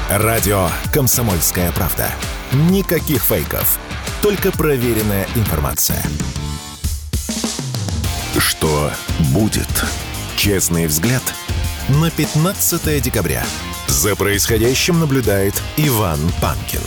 Радио «Комсомольская правда». Никаких фейков, только проверенная информация. Что будет? Честный взгляд на 15 декабря. За происходящим наблюдает Иван Панкин.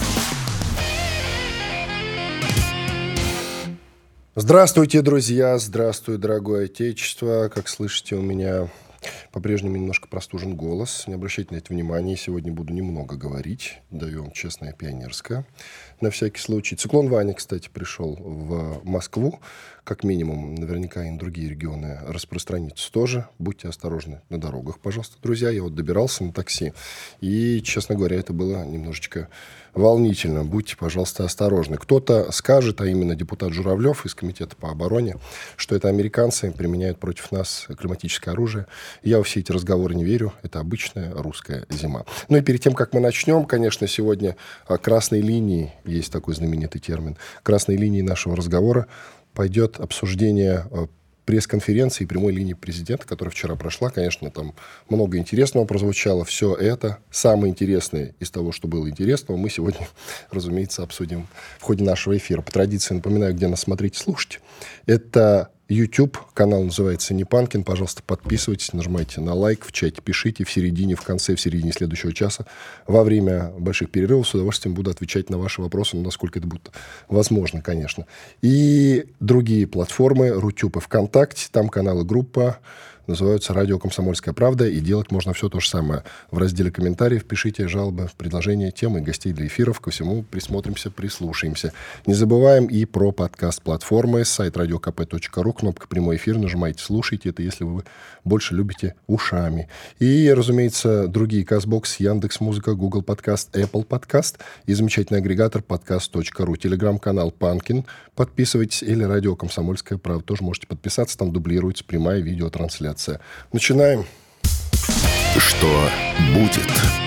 Здравствуйте, друзья! Здравствуй, дорогое отечество! Как слышите, у меня по-прежнему немножко простужен голос. Не обращайте на это внимания. Сегодня буду немного говорить. Даю вам честное пионерское. На всякий случай. Циклон Ваня, кстати, пришел в Москву. Как минимум, наверняка и на другие регионы распространится тоже. Будьте осторожны на дорогах, пожалуйста, друзья. Я вот добирался на такси. И, честно говоря, это было немножечко волнительно. Будьте, пожалуйста, осторожны. Кто-то скажет, а именно депутат Журавлев из Комитета по обороне, что это американцы применяют против нас климатическое оружие. Я во все эти разговоры не верю. Это обычная русская зима. Ну и перед тем, как мы начнем, конечно, сегодня красной линией, есть такой знаменитый термин, красной линией нашего разговора пойдет обсуждение пресс-конференции и прямой линии президента, которая вчера прошла. Конечно, там много интересного прозвучало. Все это, самое интересное из того, что было интересного, мы сегодня, разумеется, обсудим в ходе нашего эфира. По традиции напоминаю, где нас смотреть и слушать. Это YouTube, канал называется «Не Панкин». Пожалуйста, подписывайтесь, нажимайте на лайк, в чате пишите, в середине, в конце, в середине следующего часа. Во время больших перерывов с удовольствием буду отвечать на ваши вопросы, насколько это будет возможно, конечно. И другие платформы, Рутюб и ВКонтакте, там канал и группа называются «Радио Комсомольская правда», и делать можно все то же самое. В разделе комментариев пишите жалобы, предложения, темы, гостей для эфиров. Ко всему присмотримся, прислушаемся. Не забываем и про подкаст-платформы. Сайт radiokp.ru, кнопка «Прямой эфир». Нажимайте, слушайте. Это если вы больше любите ушами. И, разумеется, другие: Castbox, Яндекс.Музыка, Google Подкаст, Apple Подкаст и замечательный агрегатор podcast.ru. Телеграм-канал «Панкин». Подписывайтесь. Или «Радио Комсомольская правда». Тоже можете подписаться. Там дублируется прямая видеотрансляция. Начинаем. Что будет?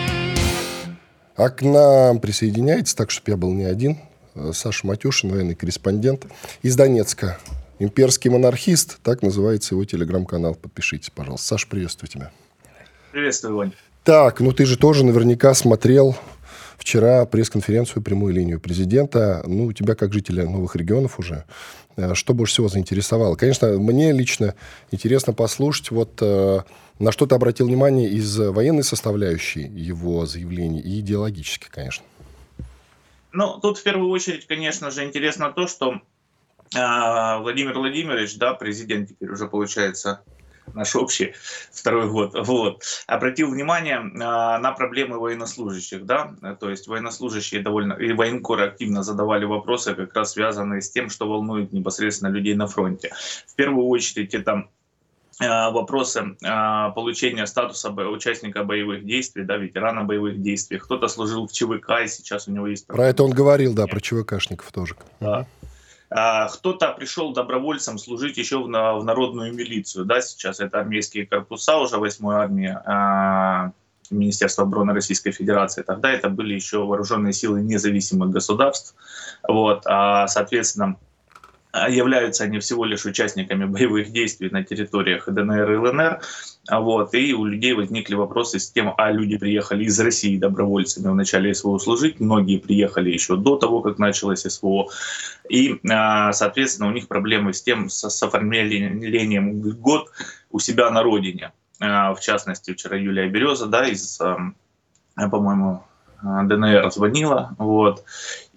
А к нам присоединяется, так чтобы я был не один, Саша Матюшин, военный корреспондент из Донецка. Имперский монархист, так называется его телеграм-канал. Подпишитесь, пожалуйста. Саша, приветствую тебя. Приветствую, Вань. Так, ну ты же тоже наверняка смотрел вчера пресс-конференцию, прямую линию президента. Ну, у тебя, как жителя новых регионов уже, что больше всего заинтересовало? Конечно, мне лично интересно послушать, вот на что ты обратил внимание из военной составляющей его заявлений и идеологически, конечно. Ну, тут в первую очередь, конечно же, интересно то, что Владимир Владимирович, да, президент теперь уже получается наш общий второй год, вот, обратил внимание на проблемы военнослужащих, да, то есть военнослужащие и военкоры активно задавали вопросы, как раз связанные с тем, что волнует непосредственно людей на фронте. В первую очередь это вопросы получения статуса участника боевых действий, да, ветерана боевых действий. Кто-то служил в ЧВК, и сейчас у него есть... Про это он говорил, да, про ЧВКшников тоже. Да. Кто-то пришел добровольцем служить еще в народную милицию. Да, сейчас это армейские корпуса, уже 8-й армии Министерства обороны Российской Федерации. Тогда это были еще вооруженные силы независимых государств. Вот, соответственно, являются они всего лишь участниками боевых действий на территориях ДНР и ЛНР. Вот, и у людей возникли вопросы с тем, люди приехали из России добровольцами в начале СВО служить, многие приехали еще до того, как началось СВО, и, соответственно, у них проблемы с тем, с оформлением льгот у себя на родине. В частности, вчера Юлия Береза, да, из, по-моему, ДНР звонила, вот,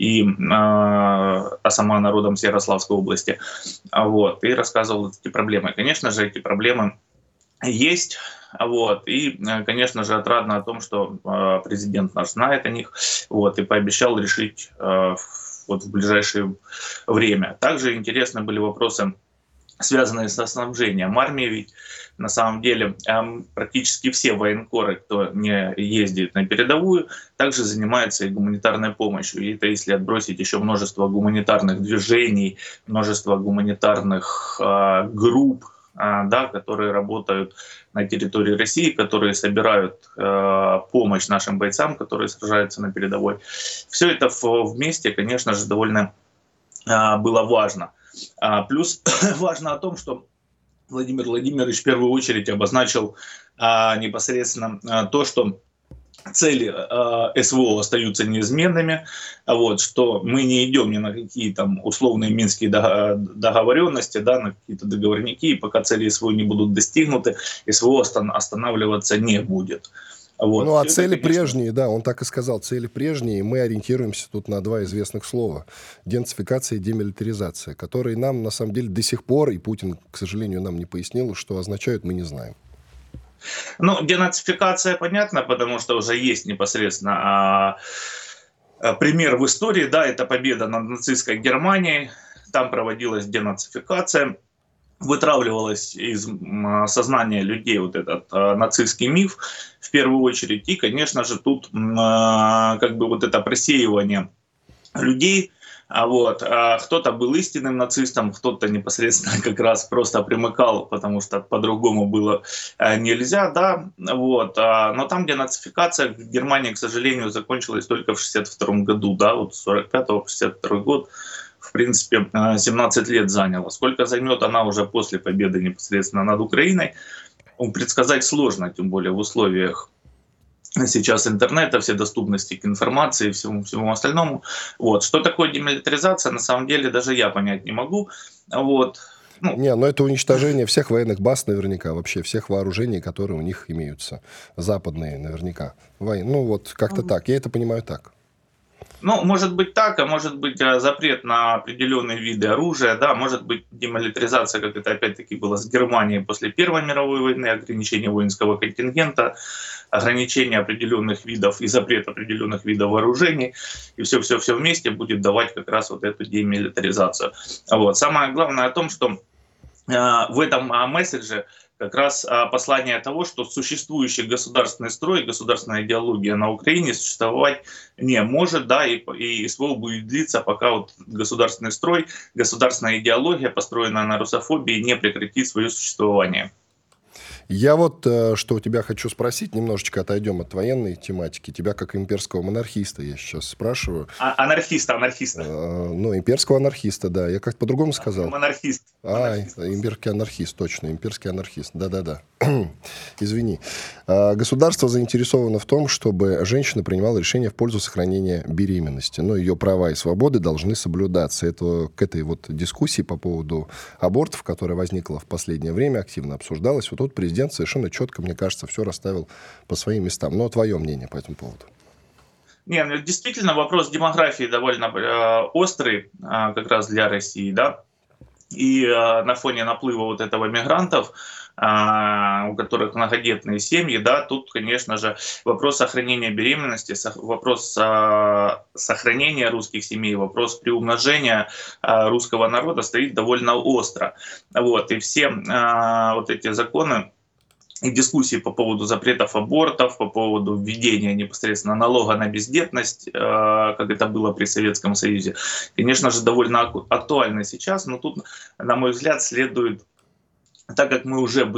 а сама она родом с Ярославской области, вот, и рассказывала эти проблемы. Конечно же, эти проблемы есть, вот, и, конечно же, отрадно о том, что президент наш знает о них, вот, и пообещал решить вот в ближайшее время. Также интересны были вопросы, связанные со снабжением армии, ведь на самом деле практически все военкоры, кто не ездит на передовую, также занимаются и гуманитарной помощью. И это если отбросить еще множество гуманитарных движений, множество гуманитарных групп, да, которые работают на территории России, которые собирают помощь нашим бойцам, которые сражаются на передовой. Все это вместе, конечно же, довольно было важно. Плюс важно о том, что Владимир Владимирович в первую очередь обозначил непосредственно то, что цели СВО остаются неизменными, вот, что мы не идем ни на какие там условные минские договоренности, да, на какие-то договорники, и пока цели СВО не будут достигнуты, СВО останавливаться не будет. Вот. Ну, а Это, цели конечно, прежние, да, он так и сказал, цели прежние, и мы ориентируемся тут на два известных слова. Денацификация и демилитаризация, которые нам, на самом деле, до сих пор, и Путин, к сожалению, нам не пояснил, что означают, мы не знаем. Ну, денацификация понятна, потому что уже есть непосредственно пример в истории, да, это победа над нацистской Германией, там проводилась денацификация, вытравливалось из сознания людей вот этот нацистский миф в первую очередь, и, конечно же, тут как бы вот это просеивание людей. Кто-то был истинным нацистом, кто-то непосредственно как раз просто примыкал, потому что по-другому было нельзя, да, но там денацификация в Германии, к сожалению, закончилась только в 1962 году, да, вот с 1945 по 1962 год, в принципе, 17 лет заняло. Сколько займет она уже после победы непосредственно над Украиной, предсказать сложно, тем более в условиях сейчас интернета, все доступности к информации и всему остальному. Вот. Что такое демилитаризация, на самом деле даже я понять не могу. Но это уничтожение всех военных баз наверняка, вообще всех вооружений, которые у них имеются. Западные наверняка. Как-то так. Я это понимаю так. Может быть так, а может быть запрет на определенные виды оружия, да, может быть демилитаризация, как это опять-таки было с Германией после Первой мировой войны, ограничение воинского контингента, ограничение определенных видов и запрет определенных видов вооружений, и все вместе будет давать как раз вот эту демилитаризацию. Самое главное о том, что в этом месседже как раз послание того, что существующий государственный строй, государственная идеология на Украине существовать не может, да, и СВО будет длиться, пока вот государственный строй, государственная идеология, построенная на русофобии, не прекратит свое существование. Я что у тебя хочу спросить, немножечко отойдем от военной тематики. Тебя как имперского монархиста я сейчас спрашиваю. Анархиста. Имперского анархиста, да. Я как-то по-другому сказал. Монархист. Имперский анархист, точно. Имперский анархист. Да-да-да. Извини. Государство заинтересовано в том, чтобы женщина принимала решение в пользу сохранения беременности. Но ее права и свободы должны соблюдаться. К этой дискуссии по поводу абортов, которая возникла в последнее время, активно обсуждалась. Тут президент совершенно четко, мне кажется, все расставил по своим местам. Но твое мнение по этому поводу? Действительно, вопрос демографии довольно острый как раз для России, да. И на фоне наплыва этого мигрантов, у которых многодетные семьи, да, тут, конечно же, вопрос сохранения беременности, вопрос сохранения русских семей, вопрос приумножения русского народа стоит довольно остро. И все эти законы и дискуссии по поводу запретов абортов, по поводу введения непосредственно налога на бездетность, как это было при Советском Союзе, конечно же, довольно актуальны сейчас, но тут, на мой взгляд, следует, так как мы уже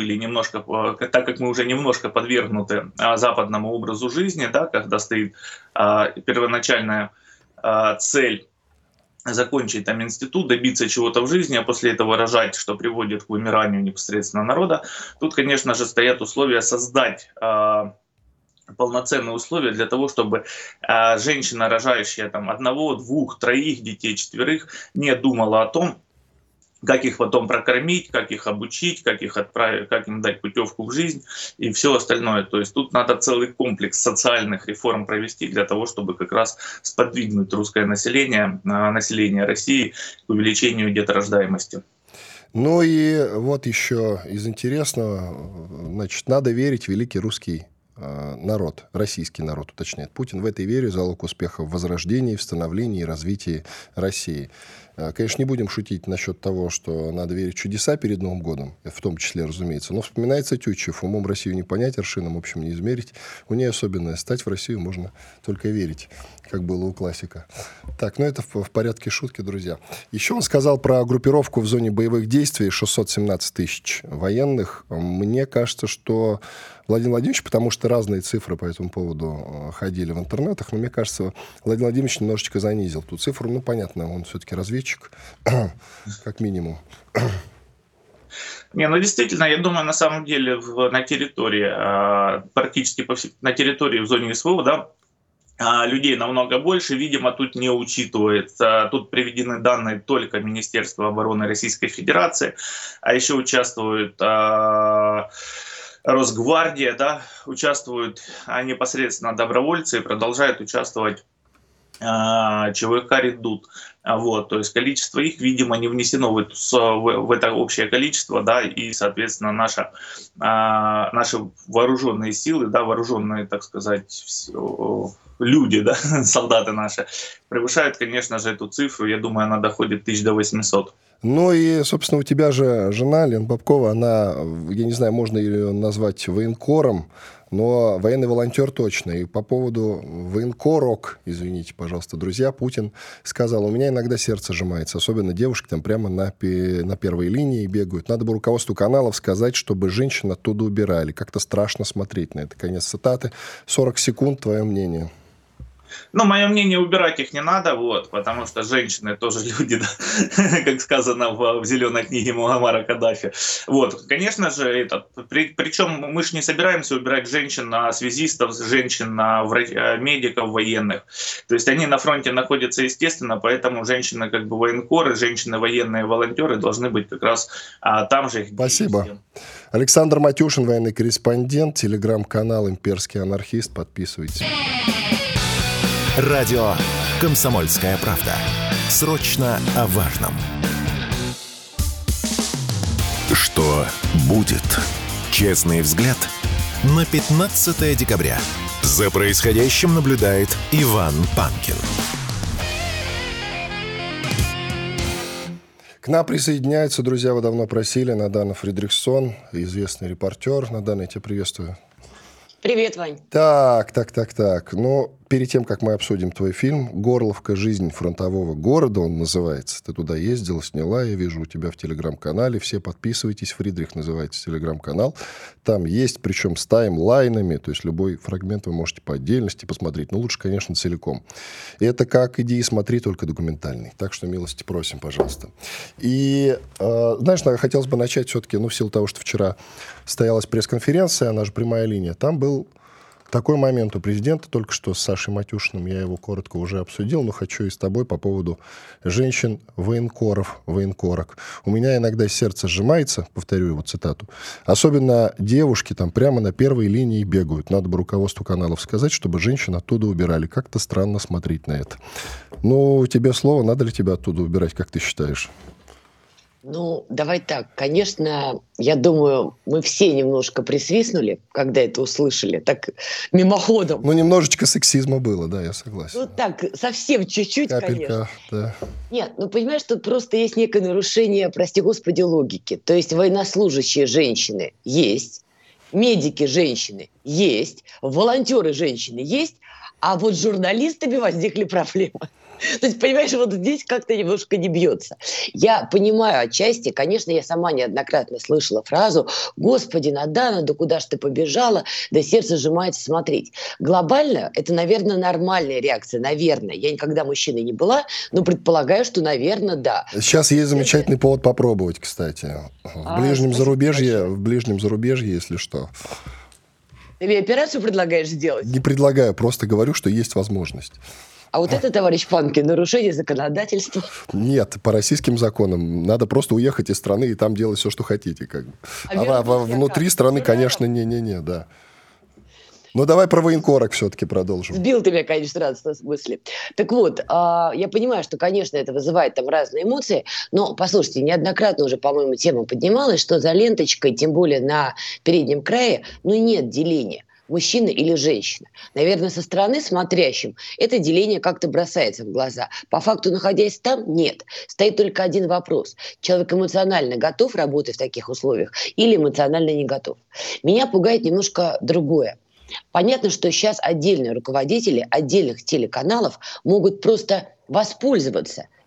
немножко подвергнуты западному образу жизни, да, когда стоит первоначальная цель закончить там институт, добиться чего-то в жизни, а после этого рожать, что приводит к вымиранию непосредственно народа. Тут, конечно же, стоят условия создать полноценные условия для того, чтобы женщина, рожающая там 1, 2, 3 детей, 4, не думала о том, как их потом прокормить, как их обучить, как их отправить, как им дать путевку в жизнь и все остальное. То есть тут надо целый комплекс социальных реформ провести для того, чтобы как раз сподвигнуть русское население, население России к увеличению деторождаемости. Ну и еще из интересного, надо верить в великий русский народ, российский народ, уточняет Путин. В этой вере залог успеха в возрождении, в становлении и развитии России. Конечно, не будем шутить насчет того, что надо верить в чудеса перед Новым годом, в том числе, разумеется. Но вспоминается Тютчев: умом Россию не понять, аршином, в общем, не измерить. У нее особенное: стать в Россию можно только верить, как было у классика. Так, это в порядке шутки, друзья. Еще он сказал про группировку в зоне боевых действий, 617 тысяч военных. Мне кажется, что Владимир Владимирович, потому что разные цифры по этому поводу ходили в интернетах, но мне кажется, Владимир Владимирович немножечко занизил ту цифру. Понятно, он все-таки разведчик, как минимум. Ну действительно, я думаю, на самом деле на территории, практически на территории в зоне СВО, да, людей намного больше, видимо, тут не учитывается. Тут приведены данные только Министерства обороны Российской Федерации, а еще участвует Росгвардия, да, участвуют непосредственно добровольцы и продолжают участвовать ЧВК «Редут». Вот, то есть количество их, видимо, не внесено в это общее количество, да, и, соответственно, наши вооруженные силы, да, вооруженные, так сказать, люди, да, солдаты наши, превышают, конечно же, эту цифру. Я думаю, она доходит до 800. Ну и, собственно, у тебя же жена, Лена Бобкова, она, я не знаю, можно ее назвать военкором, но военный волонтер точно. И по поводу военкорок, извините, пожалуйста, друзья, Путин сказал, у меня иногда сердце сжимается, особенно девушки там прямо на первой линии бегают. Надо бы руководству каналов сказать, чтобы женщин оттуда убирали. Как-то страшно смотреть на это. Конец цитаты. 40 секунд, твое мнение. Мое мнение, убирать их не надо, вот, потому что женщины тоже люди, да, как сказано в зеленой книге Муаммара Каддафи. Вот, конечно же, причем мы же не собираемся убирать женщин, связистов, женщин, медиков, военных. То есть они на фронте находятся, естественно, поэтому женщины как бы военкоры, женщины военные волонтеры должны быть как раз там же. Спасибо. Александр Матюшин, военный корреспондент, телеграм-канал «Имперский анархист». Подписывайтесь. Радио «Комсомольская правда». Срочно о важном. Что будет? Честный взгляд на 15 декабря. За происходящим наблюдает Иван Панкин. К нам присоединяется, друзья, вы давно просили, Надана Фридрихсон, известный репортер. Надана, я тебя приветствую. Привет, Вань. Так. Ну, перед тем, как мы обсудим твой фильм «Горловка. Жизнь фронтового города», он называется. Ты туда ездила, сняла, я вижу у тебя в телеграм-канале. Все подписывайтесь. Фридрих называется телеграм-канал. Там есть, причем с таймлайнами. То есть любой фрагмент вы можете по отдельности посмотреть. Но лучше, конечно, целиком. И это как иди и смотри, только документальный. Так что милости просим, пожалуйста. И, знаешь, хотелось бы начать все-таки, в силу того, что вчера состоялась пресс-конференция, она же прямая линия. Там был такой момент у президента, только что с Сашей Матюшиным, я его коротко уже обсудил, но хочу и с тобой по поводу женщин-военкоров, военкорок. У меня иногда сердце сжимается, повторю его цитату, особенно девушки там прямо на первой линии бегают. Надо бы руководству каналов сказать, чтобы женщин оттуда убирали. Как-то странно смотреть на это. Ну, тебе слово, надо ли тебя оттуда убирать, как ты считаешь? Ну, давай так. Конечно, я думаю, мы все немножко присвистнули, когда это услышали, так мимоходом. Ну, немножечко сексизма было, да, я согласен. Ну, так, совсем чуть-чуть, капелька, конечно. Да. Нет, понимаешь, тут просто есть некое нарушение, прости господи, логики. То есть военнослужащие женщины есть, медики женщины есть, волонтеры женщины есть, а вот с журналистами возникли проблемы. То есть, понимаешь, вот здесь как-то немножко не бьется. Я понимаю отчасти, конечно, я сама неоднократно слышала фразу «Господи, Надана, да куда ж ты побежала?» Да сердце сжимается смотреть. Глобально это, наверное, нормальная реакция, наверное. Я никогда мужчиной не была, но предполагаю, что, наверное, да. Сейчас есть замечательный повод попробовать, кстати. В ближнем зарубежье, если что. Ты мне операцию предлагаешь сделать? Не предлагаю, просто говорю, что есть возможность. А вот это, товарищ Панкин, нарушение законодательства? Нет, по российским законам. Надо просто уехать из страны и там делать все, что хотите. Как бы. Внутри страны, конечно, не-не-не, да. Ну, давай про военкорок все-таки продолжим. Сбил ты меня, конечно, раз с мысли. Так вот, я понимаю, что, конечно, это вызывает там разные эмоции, но, послушайте, неоднократно уже, по-моему, тема поднималась, что за ленточкой, тем более на переднем крае, нет деления. Мужчина или женщина. Наверное, со стороны смотрящим это деление как-то бросается в глаза. По факту, находясь там, нет. Стоит только один вопрос. Человек эмоционально готов работать в таких условиях или эмоционально не готов? Меня пугает немножко другое. Понятно, что сейчас отдельные руководители отдельных телеканалов могут просто воспользоваться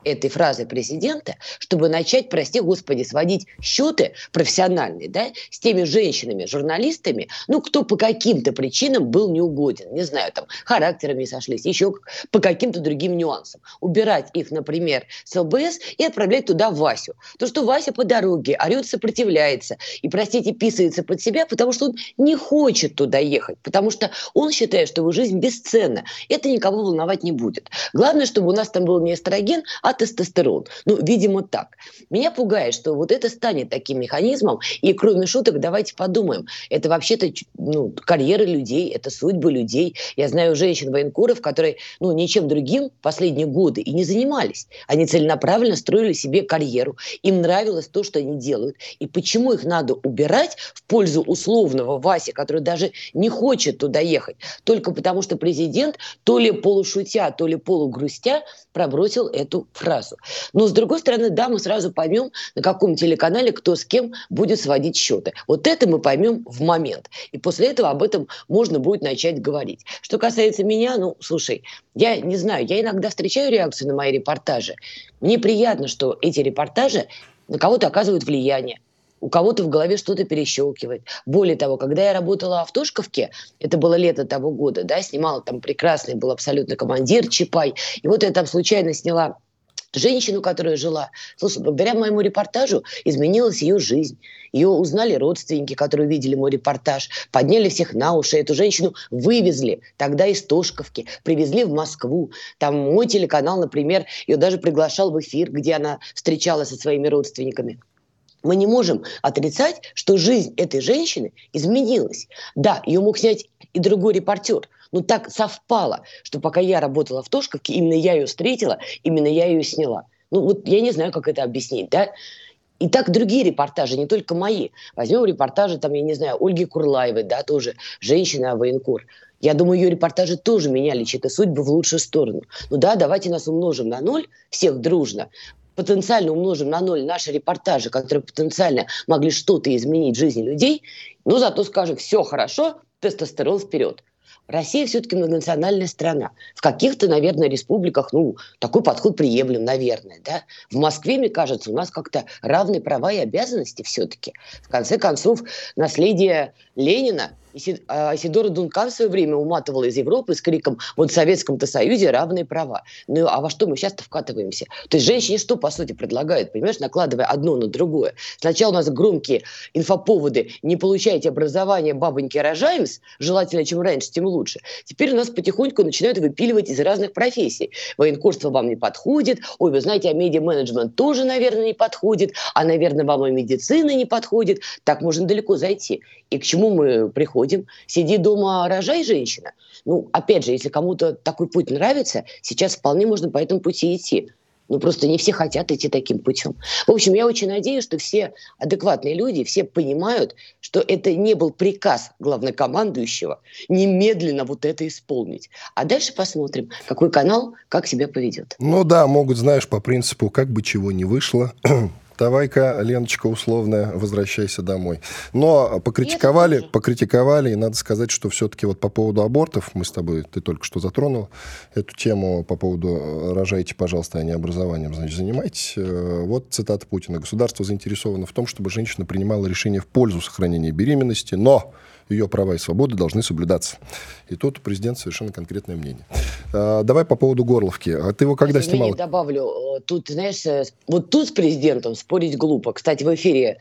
этой фразы президента, чтобы начать, прости господи, сводить счеты профессиональные, да, с теми женщинами, журналистами, ну, кто по каким-то причинам был неугоден, не знаю, там, характерами не сошлись, еще по каким-то другим нюансам. Убирать их, например, с ЛБС и отправлять туда Васю. То, что Вася по дороге орет, сопротивляется и, простите, писается под себя, потому что он не хочет туда ехать, потому что он считает, что его жизнь бесценна. Это никого волновать не будет. Главное, чтобы у нас там был не эстроген, а тестостерон. Ну, видимо, так. Меня пугает, что вот это станет таким механизмом, и кроме шуток, давайте подумаем, это вообще-то карьера людей, это судьбы людей. Я знаю женщин-военкоров, которые ничем другим последние годы и не занимались. Они целенаправленно строили себе карьеру. Им нравилось то, что они делают. И почему их надо убирать в пользу условного Васи, который даже не хочет туда ехать, только потому что президент то ли полушутя, то ли полугрустя пробросил эту фразу. Но, с другой стороны, да, мы сразу поймем, на каком телеканале кто с кем будет сводить счеты. Вот это мы поймем в момент. И после этого об этом можно будет начать говорить. Что касается меня, слушай, я не знаю, я иногда встречаю реакцию на мои репортажи. Мне приятно, что эти репортажи на кого-то оказывают влияние. У кого-то в голове что-то перещелкивает. Более того, когда я работала в Тошковке, это было лето того года, да, снимала там прекрасный был абсолютно командир Чапай. И вот я там случайно сняла женщину, которая жила. Слушай, благодаря моему репортажу изменилась ее жизнь. Ее узнали родственники, которые увидели мой репортаж, подняли всех на уши. Эту женщину вывезли тогда из Тошковки, привезли в Москву. Там мой телеканал, например, ее даже приглашал в эфир, где она встречалась со своими родственниками. Мы не можем отрицать, что жизнь этой женщины изменилась. Да, ее мог снять и другой репортер. Но так совпало, что пока я работала в Тошковке, именно я ее встретила, именно я ее сняла. Я не знаю, как это объяснить, да? И так другие репортажи, не только мои. Возьмем репортажи, там, я не знаю, Ольги Курлаевой, да, тоже женщина-военкор. Я думаю, ее репортажи тоже меняли чьи-то судьбы в лучшую сторону. Давайте нас умножим на 0, всех дружно, потенциально умножим на 0 наши репортажи, которые потенциально могли что-то изменить в жизни людей, но зато скажем, все хорошо, тестостерон вперед. Россия все-таки многонациональная страна. В каких-то, наверное, республиках, такой подход приемлем, наверное, да. В Москве, мне кажется, у нас как-то равные права и обязанности все-таки. В конце концов, наследие Ленина Исидора Дункан в свое время уматывала из Европы с криком «Вот в Советском-то Союзе равные права». А во что мы сейчас-то вкатываемся? То есть женщине что, по сути, предлагают, понимаешь, накладывая одно на другое? Сначала у нас громкие инфоповоды «Не получайте образование, бабоньки, рожаемся», желательно чем раньше, тем лучше. Теперь у нас потихоньку начинают выпиливать из разных профессий. Военкорство вам не подходит, вы знаете, а медиа-менеджмент тоже, наверное, не подходит, а, наверное, вам и медицина не подходит. Так можно далеко зайти. И к чему мы приходим? Сиди дома, рожай, женщина. Опять же, если кому-то такой путь нравится, сейчас вполне можно по этому пути идти. Просто не все хотят идти таким путем. В общем, я очень надеюсь, что все адекватные люди, все понимают, что это не был приказ главнокомандующего немедленно вот это исполнить. А дальше посмотрим, какой канал как себя поведет. Могут, знаешь, по принципу, как бы чего ни вышло... Давай-ка, Леночка, условно, возвращайся домой. Но покритиковали, и надо сказать, что все-таки вот по поводу абортов, ты только что затронул эту тему по поводу «рожайте, пожалуйста, а не образованием, значит, занимайтесь». Вот цитата Путина. «Государство заинтересовано в том, чтобы женщина принимала решение в пользу сохранения беременности, но ее права и свободы должны соблюдаться». И тут у президента совершенно конкретное мнение. Давай по поводу Горловки. А ты его когда снимал? Я добавлю, тут, знаешь, вот тут с президентом спорить глупо. Кстати, в эфире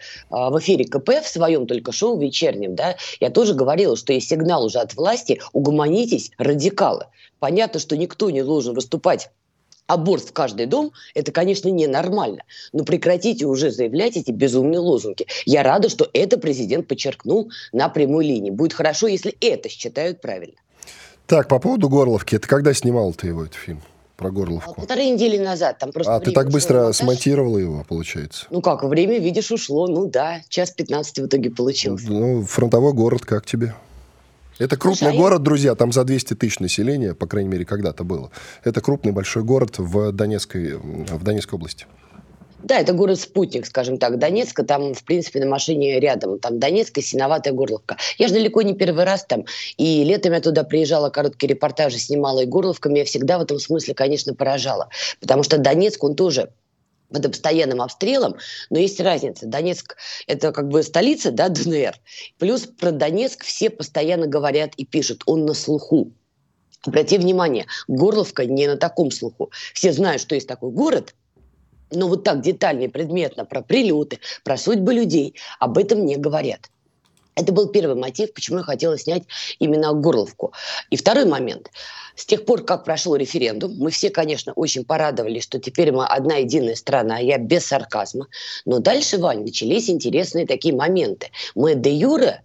КП в своем только шоу вечернем, да, я тоже говорила, что есть сигнал уже от власти: угомонитесь, радикалы. Понятно, что никто не должен выступать аборт в каждый дом, это, конечно, ненормально. Но прекратите уже заявлять эти безумные лозунги. Я рада, что это президент подчеркнул на прямой линии. Будет хорошо, если это считают правильно. Так, по поводу Горловки. Это когда снимал ты его, этот фильм? Про Горловку. 1,5 недели назад. Там просто ты так быстро смонтировала его, получается? Время, видишь, ушло. 1:15 в итоге получилось. Фронтовой город, как тебе? Это крупный город, друзья, там за 200 тысяч населения, по крайней мере, когда-то было. Это крупный большой город в Донецкой области. Да, это город-спутник, скажем так, Донецка, там, в принципе, на машине рядом, там Донецк и Синоватая Горловка. Я же далеко не первый раз там, и летом я туда приезжала, короткие репортажи снимала, и Горловка меня всегда в этом смысле, конечно, поражала, потому что Донецк, он тоже под постоянным обстрелом, но есть разница. Донецк – это как бы столица, да, ДНР, плюс про Донецк все постоянно говорят и пишут, он на слуху. Обрати внимание, Горловка не на таком слуху. Все знают, что есть такой город, но вот так детально и предметно про прилеты, про судьбы людей об этом не говорят. Это был первый мотив, почему я хотела снять именно Горловку. И второй момент. С тех пор, как прошел референдум, мы все, конечно, очень порадовались, что теперь мы одна единая страна, я без сарказма. Но дальше, Вань, начались интересные такие моменты. Мы де-юре,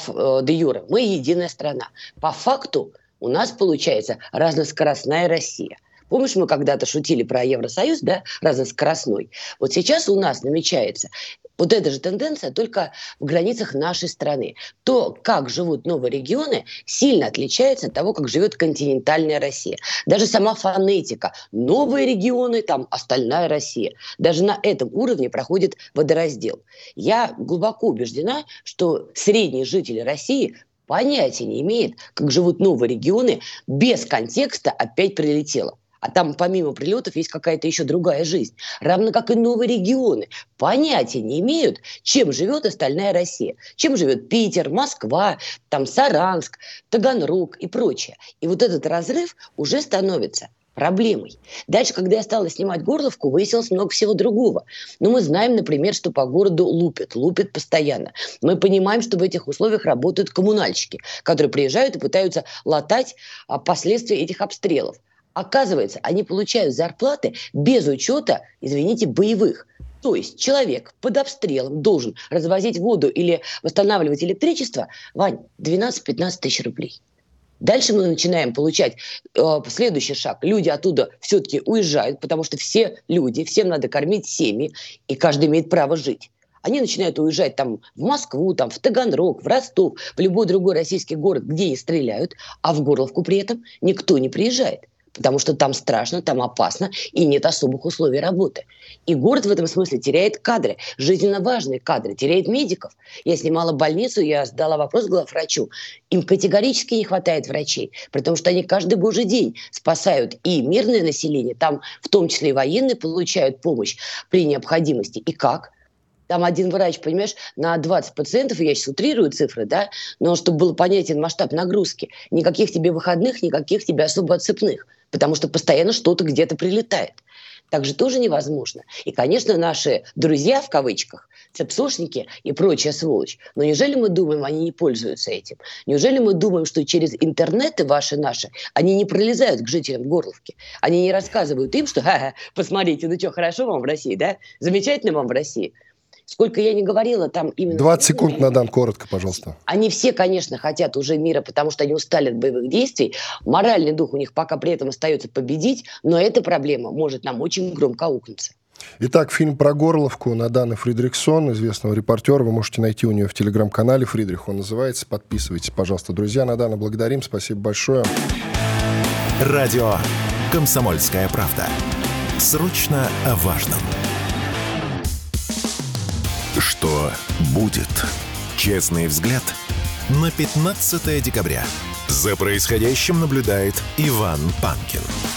мы единая страна. По факту у нас получается разноскоростная Россия. Помнишь, мы когда-то шутили про Евросоюз, да, разноскоростной? Вот сейчас у нас намечается вот эта же тенденция, только в границах нашей страны. То, как живут новые регионы, сильно отличается от того, как живет континентальная Россия. Даже сама фонетика. Новые регионы, там остальная Россия. Даже на этом уровне проходит водораздел. Я глубоко убеждена, что средний житель России понятия не имеет, как живут новые регионы, без контекста опять прилетело. А там помимо прилетов есть какая-то еще другая жизнь. Равно как и новые регионы. Понятия не имеют, чем живет остальная Россия. Чем живет Питер, Москва, там Саранск, Таганрог и прочее. И вот этот разрыв уже становится проблемой. Дальше, когда я стала снимать Горловку, выяснилось много всего другого. Но мы знаем, например, что по городу лупят постоянно. Мы понимаем, что в этих условиях работают коммунальщики, которые приезжают и пытаются латать последствия этих обстрелов. Оказывается, они получают зарплаты без учета, извините, боевых. То есть человек под обстрелом должен развозить воду или восстанавливать электричество, Вань, 12-15 тысяч рублей. Дальше мы начинаем получать следующий шаг. Люди оттуда все-таки уезжают, потому что все люди, всем надо кормить семьи, и каждый имеет право жить. Они начинают уезжать там в Москву, там, в Таганрог, в Ростов, в любой другой российский город, где и стреляют, а в Горловку при этом никто не приезжает. Потому что там страшно, там опасно и нет особых условий работы. И город в этом смысле теряет кадры, жизненно важные кадры, теряет медиков. Я снимала больницу, я задала вопрос главврачу. Им категорически не хватает врачей, потому что они каждый божий день спасают и мирное население, там в том числе и военные получают помощь при необходимости. И как? Там один врач, понимаешь, на 20 пациентов, я сейчас утрирую цифры, да, но чтобы был понятен масштаб нагрузки, никаких тебе выходных, никаких тебе особо отсыпных, потому что постоянно что-то где-то прилетает. Так же тоже невозможно. И, конечно, наши друзья, в кавычках, цепсошники и прочая сволочь, но неужели мы думаем, они не пользуются этим? Неужели мы думаем, что через интернеты ваши-наши они не пролезают к жителям Горловки? Они не рассказывают им, что «ха-ха, посмотрите, ну что, хорошо вам в России, да? Замечательно вам в России». Сколько я не говорила, там именно... 20 секунд, Надан, коротко, пожалуйста. Они все, конечно, хотят уже мира, потому что они устали от боевых действий. Моральный дух у них пока при этом остается победить, но эта проблема может нам очень громко аукнуться. Итак, фильм про Горловку Наданы Фридрихсон, известного репортера. Вы можете найти у нее в телеграм-канале «Фридрих». Он называется. Подписывайтесь, пожалуйста, друзья. Надана, благодарим. Спасибо большое. Радио «Комсомольская правда». Срочно о важном. Что будет? Честный взгляд на 15 декабря. За происходящим наблюдает Иван Панкин.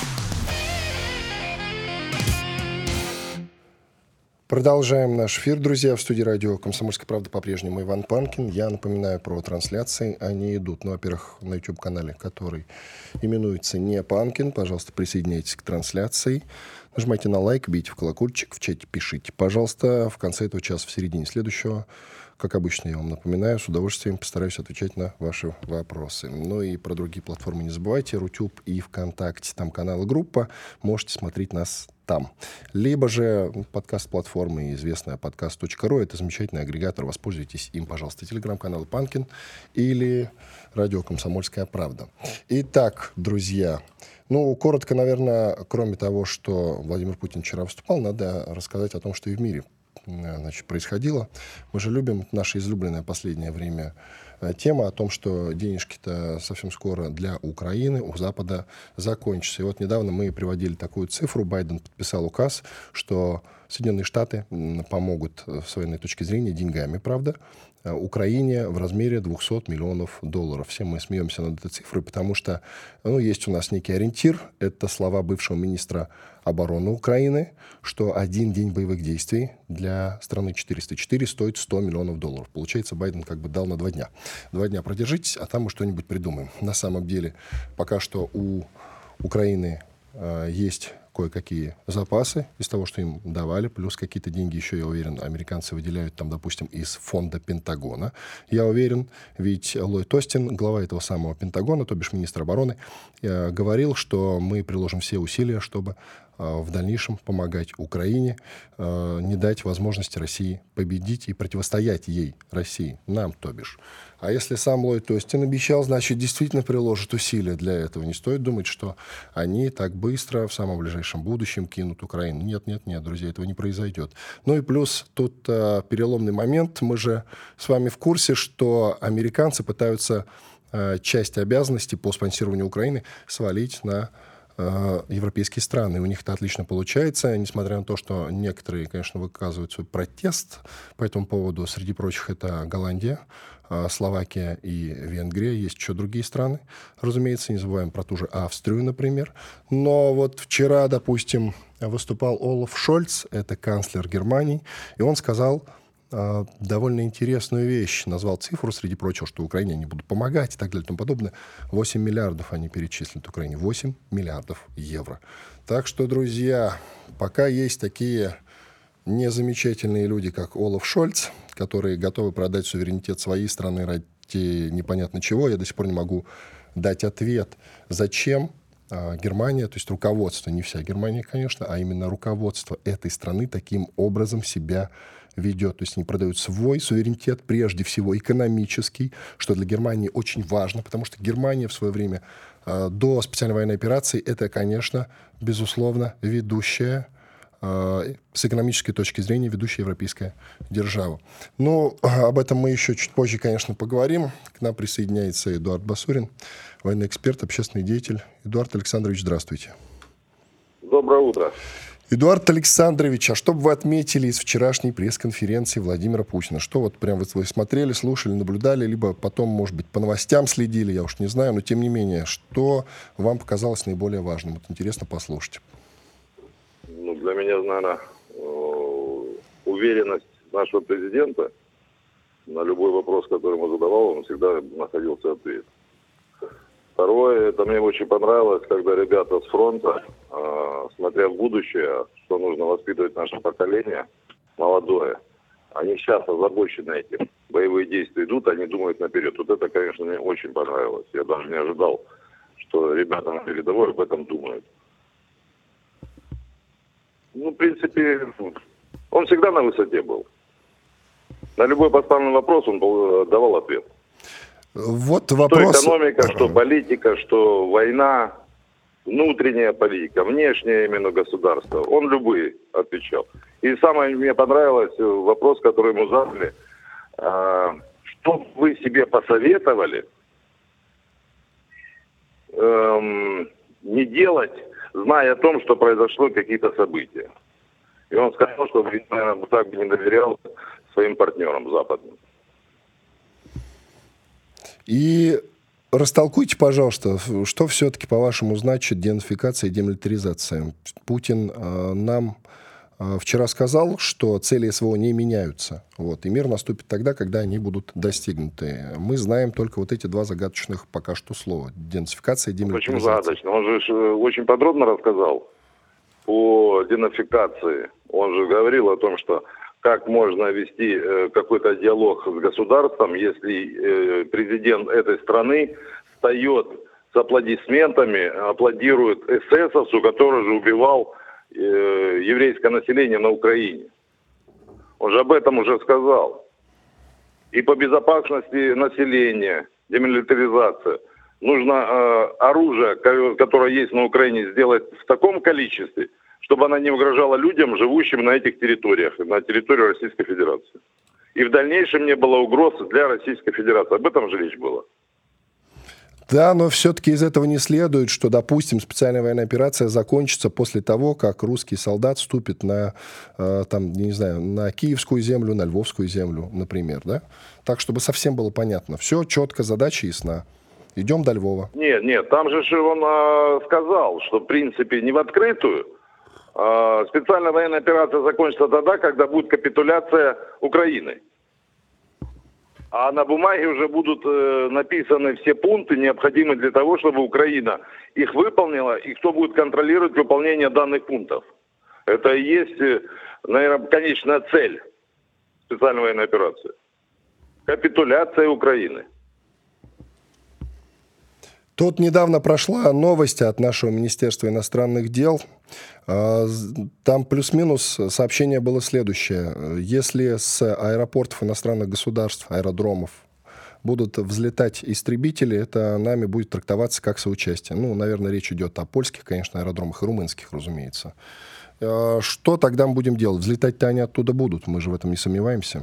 Продолжаем наш эфир, друзья. В студии радио «Комсомольская правда» по-прежнему Иван Панкин. Я напоминаю про трансляции. Они идут, во-первых, на YouTube-канале, который именуется «Не Панкин». Пожалуйста, присоединяйтесь к трансляции. Нажимайте на лайк, бейте в колокольчик, в чате пишите. Пожалуйста, в конце этого часа, в середине следующего, как обычно, я вам напоминаю, с удовольствием постараюсь отвечать на ваши вопросы. Ну и про другие платформы не забывайте. Рутюб и ВКонтакте, там канал и группа. Можете смотреть нас там. Либо же подкаст-платформы, известная подкаст.ру. Это замечательный агрегатор. Воспользуйтесь им, пожалуйста. Телеграм-канал Панкин или радио «Комсомольская правда». Итак, друзья, коротко, наверное, кроме того, что Владимир Путин вчера выступал, надо рассказать о том, что и в мире происходило. Мы же любим, наша излюбленная последнее время тема о том, что денежки-то совсем скоро для Украины, у Запада закончатся. И вот недавно мы приводили такую цифру. Байден подписал указ, что Соединенные Штаты помогут с военной точки зрения деньгами, правда, Украине в размере $200 миллионов. Все мы смеемся над этой цифрой, потому что есть у нас некий ориентир. Это слова бывшего министра обороны Украины, что один день боевых действий для страны 404 стоит $100 миллионов. Получается, Байден как бы дал на 2 дня. 2 дня продержитесь, а там мы что-нибудь придумаем. На самом деле, пока что у Украины есть кое-какие запасы из того, что им давали, плюс какие-то деньги еще, я уверен, американцы выделяют там, допустим, из фонда Пентагона. Я уверен, ведь Ллойд Остин, глава этого самого Пентагона, то бишь министр обороны, говорил, что мы приложим все усилия, чтобы в дальнейшем помогать Украине, не дать возможности России победить и противостоять ей, России, нам, то бишь. А если сам Ллойд Остин обещал, значит, действительно приложит усилия для этого. Не стоит думать, что они так быстро в самом ближайшем будущем кинут Украину. Нет, друзья, этого не произойдет. Ну и плюс тут переломный момент. Мы же с вами в курсе, что американцы пытаются часть обязанностей по спонсированию Украины свалить на европейские страны. У них это отлично получается, несмотря на то, что некоторые, конечно, выказывают свой протест по этому поводу. Среди прочих это Голландия, Словакия и Венгрия. Есть еще другие страны, разумеется. Не забываем про ту же Австрию, например. Но вот вчера, допустим, выступал Олаф Шольц, это канцлер Германии, и он сказал довольно интересную вещь. Назвал цифру, среди прочего, что Украине они будут помогать и так далее и тому подобное. 8 миллиардов они перечислят Украине. 8 миллиардов евро. Так что, друзья, пока есть такие незамечательные люди, как Олаф Шольц, которые готовы продать суверенитет своей страны ради непонятно чего, я до сих пор не могу дать ответ, зачем Германия, то есть руководство, не вся Германия, конечно, а именно руководство этой страны таким образом себя ведет. То есть они продают свой суверенитет, прежде всего экономический, что для Германии очень важно, потому что Германия в свое время до специальной военной операции это, конечно, безусловно, ведущая с экономической точки зрения ведущая европейская держава. Но об этом мы еще чуть позже, конечно, поговорим. К нам присоединяется Эдуард Басурин, военный эксперт, общественный деятель. Эдуард Александрович, здравствуйте. Доброе утро. Эдуард Александрович, а что бы вы отметили из вчерашней пресс-конференции Владимира Путина? Что вот прям вы смотрели, слушали, наблюдали, либо потом, может быть, по новостям следили, я уж не знаю, но тем не менее, что вам показалось наиболее важным? Вот интересно послушать. Ну, для меня, наверное, уверенность нашего президента на любой вопрос, который ему задавал, он всегда находился ответ. Второе, это мне очень понравилось, когда ребята с фронта, смотря в будущее, что нужно воспитывать наше поколение молодое, они сейчас озабочены этим. Боевые действия идут, они думают наперед. Вот это, конечно, мне очень понравилось. Я даже не ожидал, что ребята на передовой об этом думают. Ну, в принципе, он всегда на высоте был. На любой поставленный вопрос он давал ответ. Вот вопрос. Что экономика, что политика, что война, внутренняя политика, внешнее именно государство. Он любые отвечал. И самое мне понравилось вопрос, который ему задали. Что вы себе посоветовали не делать, зная о том, что произошло какие-то события? И он сказал, что, наверное, так бы не доверял своим партнерам западным. И растолкуйте, пожалуйста, что все-таки, по-вашему, значит денацификация и демилитаризация? Путин нам вчера сказал, что цели СВО не меняются. Вот, и мир наступит тогда, когда они будут достигнуты. Мы знаем только вот эти два загадочных пока что слова. Денацификация и демилитаризация. Почему загадочно? Он же очень подробно рассказал по денацификации. Он же говорил о том, что как можно вести какой-то диалог с государством, если президент этой страны встает с аплодисментами, аплодирует эсэсовцу, который же убивал еврейское население на Украине. Он же об этом уже сказал. И по безопасности населения, демилитаризация. Нужно оружие, которое есть на Украине, сделать в таком количестве, чтобы она не угрожала людям, живущим на этих территориях, на территории Российской Федерации. И в дальнейшем не было угроз для Российской Федерации. Об этом же речь была. Да, но все-таки из этого не следует, что, допустим, специальная военная операция закончится после того, как русский солдат вступит на, там, не знаю, на Киевскую землю, на Львовскую землю, например, да? Так, чтобы совсем было понятно. Все четко, задача ясна. Идем до Львова. Нет, там же он сказал, что, в принципе, не в открытую. Специальная военная операция закончится тогда, когда будет капитуляция Украины. А на бумаге уже будут написаны все пункты, необходимые для того, чтобы Украина их выполнила, и кто будет контролировать выполнение данных пунктов. Это и есть, наверное, конечная цель специальной военной операции. Капитуляция Украины. Тут недавно прошла новость от нашего Министерства иностранных дел. Там плюс-минус сообщение было следующее. Если с аэропортов иностранных государств, аэродромов, будут взлетать истребители, это нами будет трактоваться как соучастие. Ну, наверное, речь идет о польских, конечно, аэродромах и румынских, разумеется. Что тогда мы будем делать? Взлетать-то они оттуда будут, мы же в этом не сомневаемся.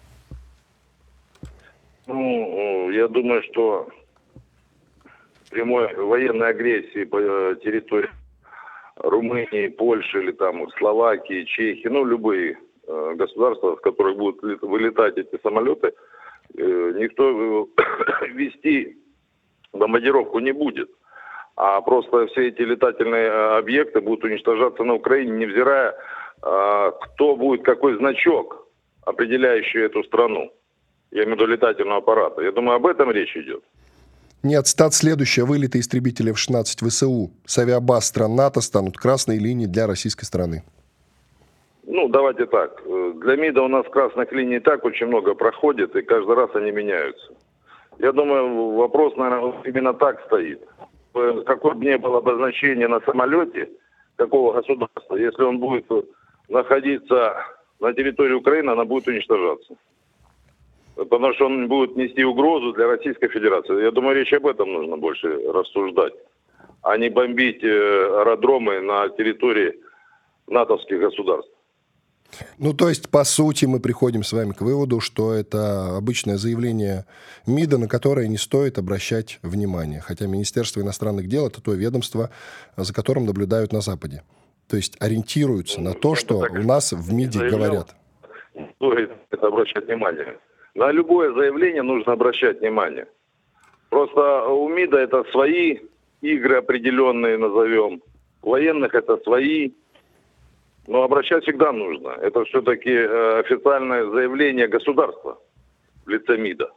Ну, я думаю, что прямой военной агрессии по территории Румынии, Польши или там Словакии, Чехии, ну любые государства, в которых будут вылетать эти самолеты, никто вести бомбардировку не будет. А просто все эти летательные объекты будут уничтожаться на Украине, невзирая, кто будет, какой значок, определяющий эту страну. Я имею в виду летательного аппарата. Я думаю, об этом речь идет. Нет, стат следующая. Вылеты истребителей F-16 ВСУ с авиабаз стран НАТО станут красной линией для российской стороны. Ну, давайте так. Для МИДа у нас красных линий так очень много проходит, и каждый раз они меняются. Я думаю, вопрос, наверное, именно так стоит. Какое бы ни было обозначение на самолете, какого государства, если он будет находиться на территории Украины, она будет уничтожаться. Потому что он будет нести угрозу для Российской Федерации. Я думаю, речь об этом нужно больше рассуждать, а не бомбить аэродромы на территории натовских государств. Ну, то есть, по сути, мы приходим с вами к выводу, что это обычное заявление МИДа, на которое не стоит обращать внимание. Хотя Министерство иностранных дел – это то ведомство, за которым наблюдают на Западе. То есть, ориентируются на то, что у нас в МИДе говорят. Не стоит это обращать внимание. На любое заявление нужно обращать внимание. Просто у МИДа это свои игры определенные, назовем. У военных это свои. Но обращать всегда нужно. Это все-таки официальное заявление государства в лице МИДа.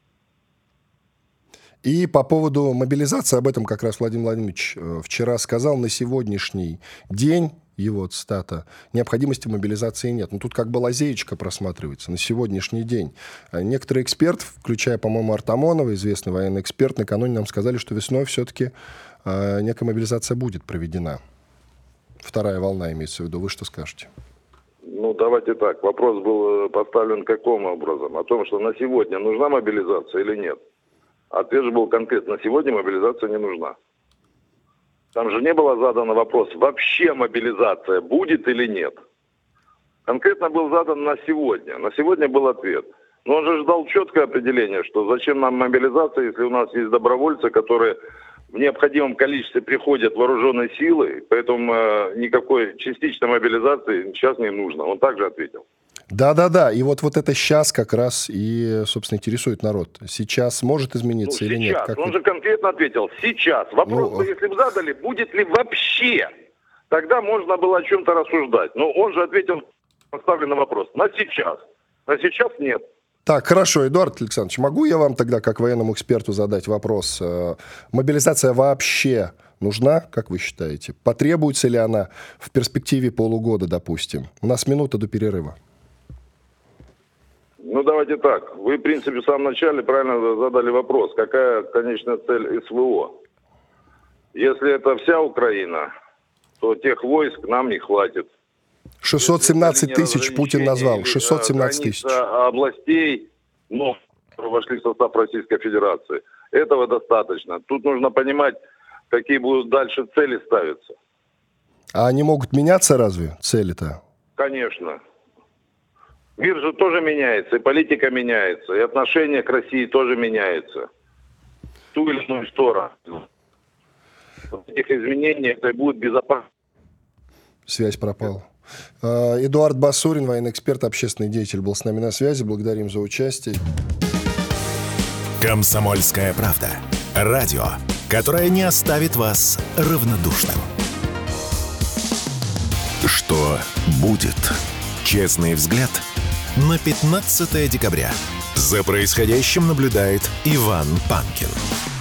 И по поводу мобилизации, об этом как раз Владимир Владимирович вчера сказал, на сегодняшний день, его цитата, необходимости мобилизации нет. Но тут как бы лазеечка просматривается на сегодняшний день. Некоторые эксперты, включая, по-моему, Артамонова, известный военный эксперт, накануне нам сказали, что весной все-таки некая мобилизация будет проведена. Вторая волна имеется в виду. Вы что скажете? Ну, давайте так. Вопрос был поставлен каким образом? О том, что на сегодня нужна мобилизация или нет. Ответ же был конкретно. На сегодня мобилизация не нужна. Там же не было задано вопрос, вообще мобилизация будет или нет. Конкретно был задан на сегодня. На сегодня был ответ. Но он же ждал четкое определение, что зачем нам мобилизация, если у нас есть добровольцы, которые в необходимом количестве приходят вооруженные силы, поэтому никакой частичной мобилизации сейчас не нужно. Он также ответил. Да. И вот это сейчас как раз и, собственно, интересует народ. Сейчас может измениться или нет? Сейчас. Он же конкретно ответил. Сейчас. Вопрос, если бы задали, будет ли вообще, тогда можно было о чем-то рассуждать. Но он же ответил поставленный вопрос. На сейчас. На сейчас нет. Так, хорошо, Эдуард Александрович, могу я вам тогда, как военному эксперту, задать вопрос? Мобилизация вообще нужна, как вы считаете? Потребуется ли она в перспективе полугода, допустим? У нас минута до перерыва. Ну, давайте так. Вы, в принципе, в самом начале правильно задали вопрос. Какая конечная цель СВО? Если это вся Украина, то тех войск нам не хватит. 617 тысяч Путин назвал. 617 тысяч. Областей, вошли в состав Российской Федерации. Этого достаточно. Тут нужно понимать, какие будут дальше цели ставиться. А они могут меняться разве, цели-то? Конечно. Мир же тоже меняется, и политика меняется, и отношение к России тоже меняется. ту или иную сторону. В этих изменениях это будет безопасно. Связь пропала. Эдуард Басурин, военный эксперт, общественный деятель, был с нами на связи. Благодарим за участие. «Комсомольская правда». Радио, которое не оставит вас равнодушным. Что будет? Честный взгляд на 15 декабря. За происходящим наблюдает Иван Панкин.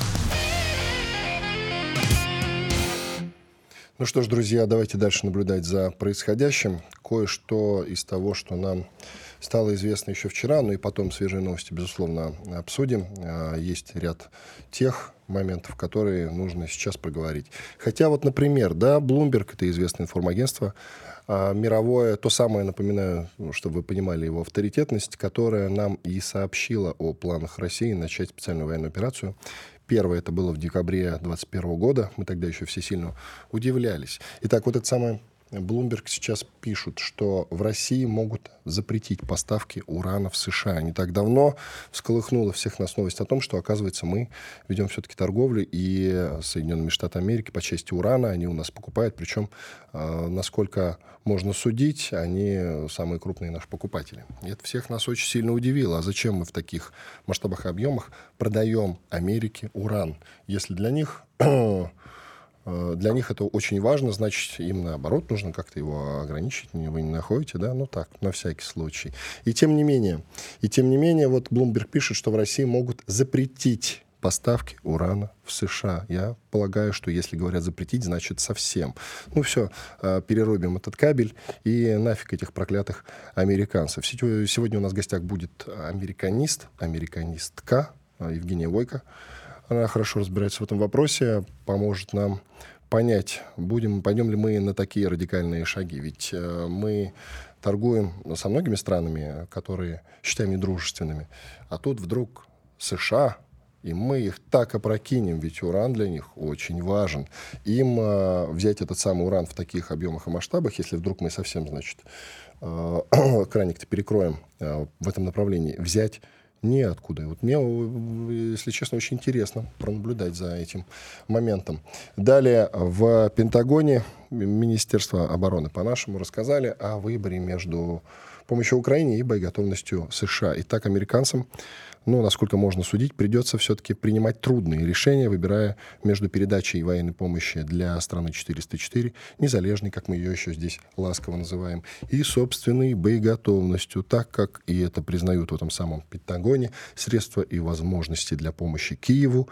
Ну что ж, друзья, давайте дальше наблюдать за происходящим. Кое-что из того, что нам стало известно еще вчера, но и потом свежие новости, безусловно, обсудим. Есть ряд тех моментов, которые нужно сейчас проговорить. Хотя вот, например, да, Bloomberg, это известное информагентство, мировое, то самое, напоминаю, чтобы вы понимали его авторитетность, которое нам и сообщило о планах России начать специальную военную операцию. Первое это было в декабре 2021 года. Мы тогда еще все сильно удивлялись. Итак, вот это самое Bloomberg сейчас пишут, что в России могут запретить поставки урана в США. Не так давно всколыхнула всех нас новость о том, что, оказывается, мы ведем все-таки торговлю и Соединенными Штатами Америки по части урана они у нас покупают. Причем, насколько можно судить, они самые крупные наши покупатели. И это всех нас очень сильно удивило. А зачем мы в таких масштабах и объемах продаем Америке уран, если для них это очень важно, значит, им, наоборот, нужно как-то его ограничить. Вы не находите, да? Ну так, на всякий случай. И тем не менее, вот Bloomberg пишет, что в России могут запретить поставки урана в США. Я полагаю, что если говорят запретить, значит совсем. Ну все, перерубим этот кабель и нафиг этих проклятых американцев. Сегодня у нас в гостях будет американистка Евгения Войко. Она хорошо разбирается в этом вопросе, поможет нам понять, пойдем ли мы на такие радикальные шаги. Ведь мы торгуем со многими странами, которые считаем недружественными. А тут вдруг США, и мы их так опрокинем, ведь уран для них очень важен. Им взять этот самый уран в таких объемах и масштабах, если вдруг мы совсем, значит, краник-то перекроем в этом направлении, взять неоткуда. И вот мне, если честно, очень интересно пронаблюдать за этим моментом. Далее в Пентагоне Министерство обороны по-нашему рассказали о выборе между помощью Украине и боеготовностью США. И так американцам, насколько можно судить, придется все-таки принимать трудные решения, выбирая между передачей военной помощи для страны 404, незалежной, как мы ее еще здесь ласково называем, и собственной боеготовностью, так как, и это признают в этом самом Пентагоне, средства и возможности для помощи Киеву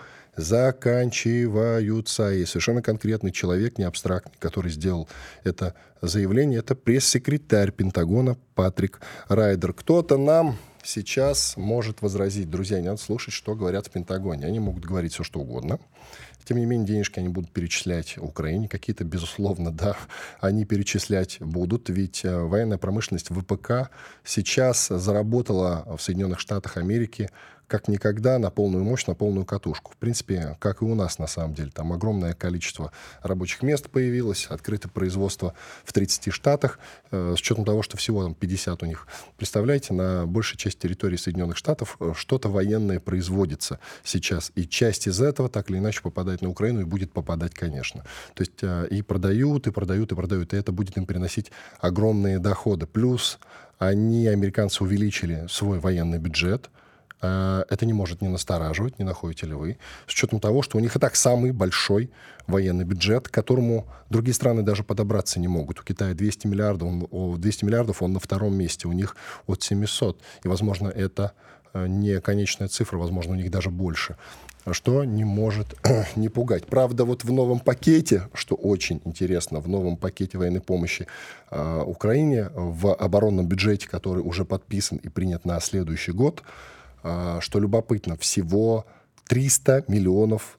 заканчиваются. И совершенно конкретный человек, не абстрактный, который сделал это заявление, это пресс-секретарь Пентагона Патрик Райдер. Кто-то нам сейчас может возразить: друзья, не надо слушать, что говорят в Пентагоне. Они могут говорить все, что угодно. Тем не менее, денежки они будут перечислять Украине. Какие-то, безусловно, да, они перечислять будут. Ведь военная промышленность ВПК сейчас заработала в Соединенных Штатах Америки как никогда на полную мощь, на полную катушку. В принципе, как и у нас на самом деле. Там огромное количество рабочих мест появилось, открыто производство в 30 штатах, с учетом того, что всего там 50 у них. Представляете, на большей части территории Соединенных Штатов что-то военное производится сейчас. И часть из этого так или иначе попадает на Украину и будет попадать, конечно. То есть и продают, и продают, и продают. И это будет им приносить огромные доходы. Плюс американцы, увеличили свой военный бюджет. Это не может не настораживать, не находите ли вы, с учетом того, что у них и так самый большой военный бюджет, к которому другие страны даже подобраться не могут. У Китая 200 миллиардов, он на втором месте, у них от 700. И, возможно, это не конечная цифра, возможно, у них даже больше, что не может не пугать. Правда, вот в новом пакете, что очень интересно, в новом пакете военной помощи Украине, в оборонном бюджете, который уже подписан и принят на следующий год, что любопытно, всего $300 миллионов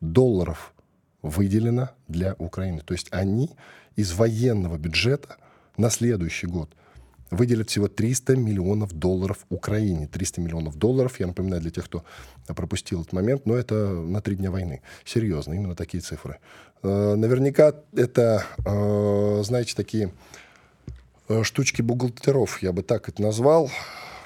выделено для Украины. То есть они из военного бюджета на следующий год выделят всего $300 миллионов Украине. $300 миллионов, я напоминаю для тех, кто пропустил этот момент, но это на 3 дня войны. Серьезно, именно такие цифры. Наверняка это, знаете, такие штучки бухгалтеров, я бы так это назвал.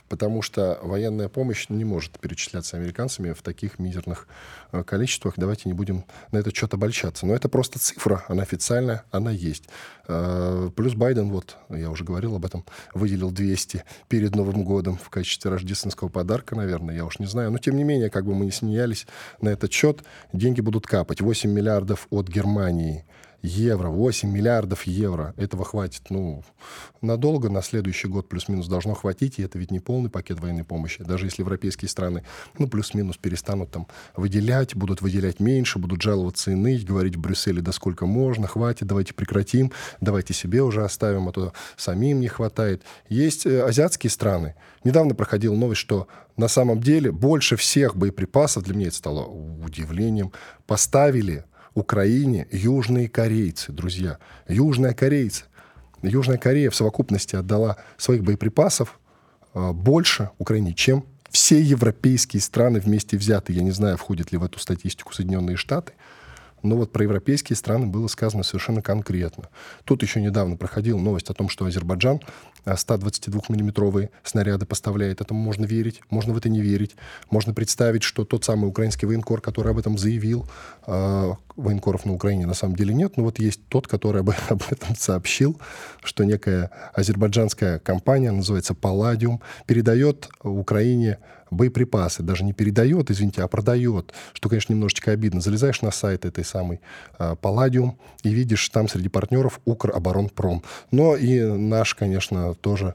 потому что военная помощь не может перечисляться американцами в таких мизерных количествах. Давайте не будем на этот счет обольщаться. Но это просто цифра, она официальная, она есть. Плюс Байден, вот, я уже говорил об этом, выделил 200 перед Новым годом в качестве рождественского подарка, наверное, я уж не знаю. Но, тем не менее, как бы мы ни смеялись на этот счет, деньги будут капать. 8 миллиардов от Германии. Евро, 8 миллиардов евро. Этого хватит, надолго, на следующий год плюс-минус должно хватить, и это ведь не полный пакет военной помощи. Даже если европейские страны, плюс-минус перестанут там выделять, будут выделять меньше, будут жаловаться и ныть, говорить в Брюсселе, да сколько можно, хватит, давайте прекратим, давайте себе уже оставим, а то самим не хватает. Есть азиатские страны. Недавно проходила новость, что на самом деле больше всех боеприпасов, для меня это стало удивлением, поставили Украине южные корейцы, друзья. Южные корейцы. Южная Корея в совокупности отдала своих боеприпасов больше Украине, чем все европейские страны вместе взятые. Я не знаю, входят ли в эту статистику Соединенные Штаты. Но вот про европейские страны было сказано совершенно конкретно. Тут еще недавно проходила новость о том, что Азербайджан 122-миллиметровые снаряды поставляет. Этому можно верить, можно в это не верить. Можно представить, что тот самый украинский военкор, который об этом заявил, военкоров на Украине на самом деле нет, но вот есть тот, который об этом сообщил, что некая азербайджанская компания, называется «Палладиум», передает Украине боеприпасы. Даже не передает, извините, а продает. Что, конечно, немножечко обидно. Залезаешь на сайт этой самой «Палладиум» и видишь там среди партнеров «Укроборонпром». Но и наш, конечно, тоже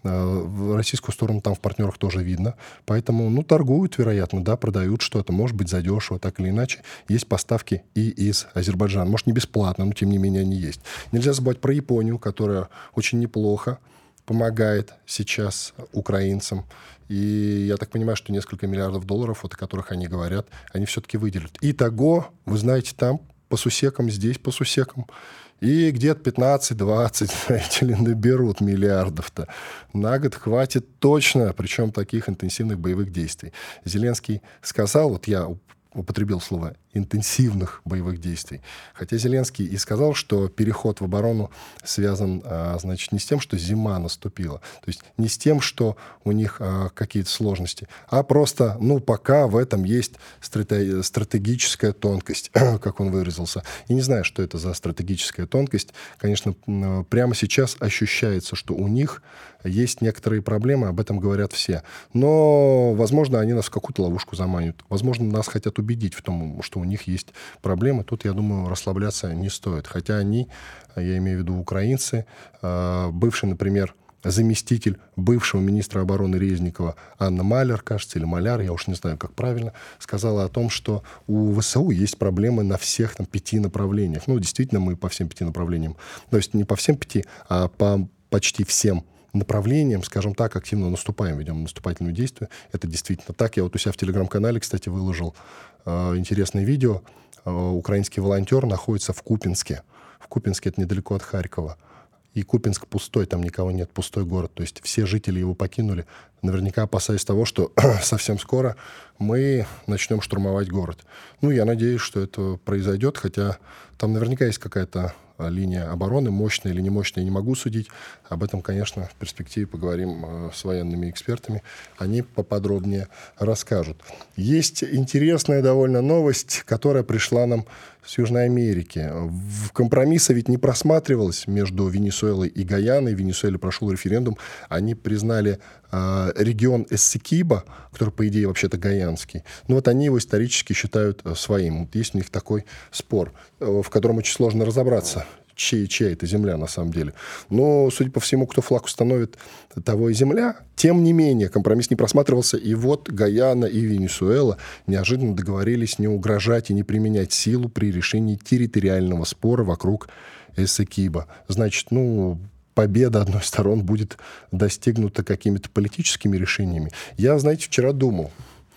в российскую сторону там в партнерах тоже видно. Поэтому, торгуют, вероятно, да, продают что-то. Может быть, задешево, так или иначе. Есть поставки и из Азербайджана. Может, не бесплатно, но, тем не менее, они есть. Нельзя забывать про Японию, которая очень неплохо помогает сейчас украинцам. И я так понимаю, что несколько миллиардов долларов, вот о которых они говорят, они все-таки выделят. Итого, вы знаете, там по сусекам, здесь по сусекам. И где-то 15-20, знаете ли, наберут миллиардов-то. На год хватит точно, причем таких интенсивных боевых действий. Зеленский сказал, вот я употребил слово интенсивных боевых действий. Хотя Зеленский и сказал, что переход в оборону связан, не с тем, что зима наступила, то есть не с тем, что у них какие-то сложности, а просто, пока в этом есть стратегическая тонкость, как он выразился. И не знаю, что это за стратегическая тонкость. Конечно, прямо сейчас ощущается, что у них есть некоторые проблемы, об этом говорят все. Но, возможно, они нас в какую-то ловушку заманят. Возможно, нас хотят убедить в том, что у них есть проблемы. Тут, я думаю, расслабляться не стоит. Хотя они, я имею в виду украинцы, бывший, например, заместитель бывшего министра обороны Резникова Анна Маляр, кажется, или Маляр, я уж не знаю, как правильно, сказала о том, что у ВСУ есть проблемы на всех 5 направлениях. Действительно, мы по всем 5 направлениям, то есть не по всем 5, а по почти всем направлениям, скажем так, активно наступаем, ведем наступательные действия. Это действительно так. Я вот у себя в телеграм-канале, кстати, выложил интересное видео. Украинский волонтер находится в Купинске. В Купинске, это недалеко от Харькова. И Купинск пустой, там никого нет, пустой город. То есть все жители его покинули, наверняка опасаясь того, что совсем скоро мы начнем штурмовать город. Я надеюсь, что это произойдет, хотя там наверняка есть какая-то линия обороны, мощная или не мощная, я не могу судить. Об этом, конечно, в перспективе поговорим с военными экспертами. Они поподробнее расскажут. Есть интересная довольно новость, которая пришла нам с Южной Америки. В компромиссе ведь не просматривалось между Венесуэлой и Гаяной. В Венесуэле прошел референдум. Они признали регион Эссекиба, который, по идее, вообще-то гаянский. Они его исторически считают своим. Есть у них такой спор, в котором очень сложно разобраться, чья это земля на самом деле. Но, судя по всему, кто флаг установит, того и земля. Тем не менее, компромисс не просматривался. И вот Гаяна и Венесуэла неожиданно договорились не угрожать и не применять силу при решении территориального спора вокруг Эссекиба. Значит, победа одной из сторон будет достигнута какими-то политическими решениями. Я, вчера думал,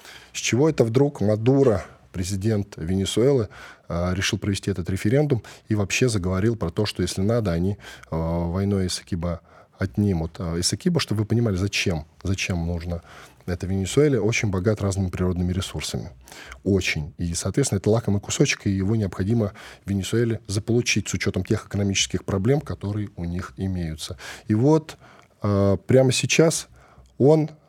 с чего это вдруг Мадуро, президент Венесуэлы, решил провести этот референдум и вообще заговорил про то, что если надо, они войной Эссекиба отнимут. Эссекиба, чтобы вы понимали, зачем нужно это Венесуэле, очень богат разными природными ресурсами. Очень. И, соответственно, это лакомый кусочек, и его необходимо Венесуэле заполучить с учетом тех экономических проблем, которые у них имеются. И вот прямо сейчас он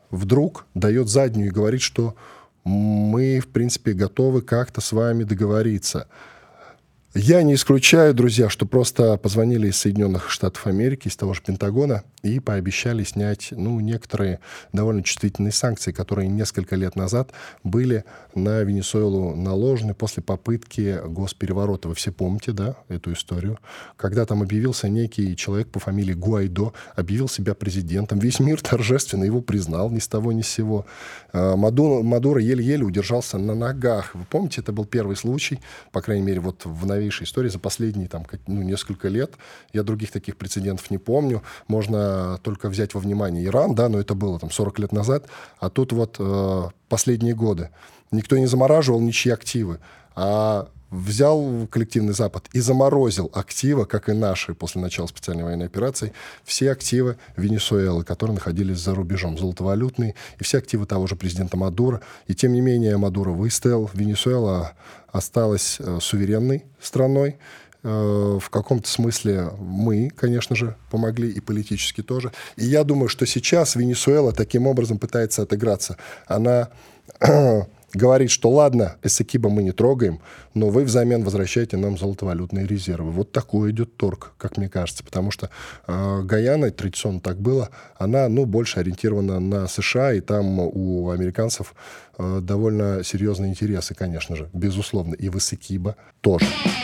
вдруг дает заднюю и говорит, что мы, в принципе, готовы как-то с вами договориться. Я не исключаю, друзья, что просто позвонили из Соединенных Штатов Америки, из того же Пентагона, и пообещали снять, некоторые довольно чувствительные санкции, которые несколько лет назад были на Венесуэлу наложены после попытки госпереворота. Вы все помните, да, эту историю? Когда там объявился некий человек по фамилии Гуайдо, объявил себя президентом, весь мир торжественно его признал ни с того ни с сего. Мадуро еле-еле удержался на ногах. Вы помните, это был первый случай, по крайней мере, вот в новейшей истории за последние несколько лет. Я других таких прецедентов не помню. Можно только взять во внимание Иран, да, но это было 40 лет назад. А тут последние годы. Никто не замораживал ничьи активы, а взял коллективный Запад и заморозил активы, как и наши после начала специальной военной операции, все активы Венесуэлы, которые находились за рубежом, золотовалютные, и все активы того же президента Мадуро. И тем не менее Мадуро выстоял. Венесуэла осталась суверенной страной. В каком-то смысле мы, конечно же, помогли, и политически тоже. И я думаю, что сейчас Венесуэла таким образом пытается отыграться. Она говорит, что ладно, Эсекиба мы не трогаем, но вы взамен возвращаете нам золотовалютные резервы. Вот такой идет торг, как мне кажется. Потому что Гайана, традиционно так было, она больше ориентирована на США, и там у американцев довольно серьезные интересы, конечно же, безусловно. И в Эсекиба тоже.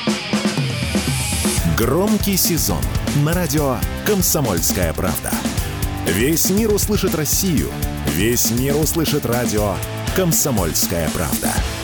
Громкий сезон на радио «Комсомольская правда». Весь мир услышит Россию. Весь мир услышит радио «Комсомольская правда».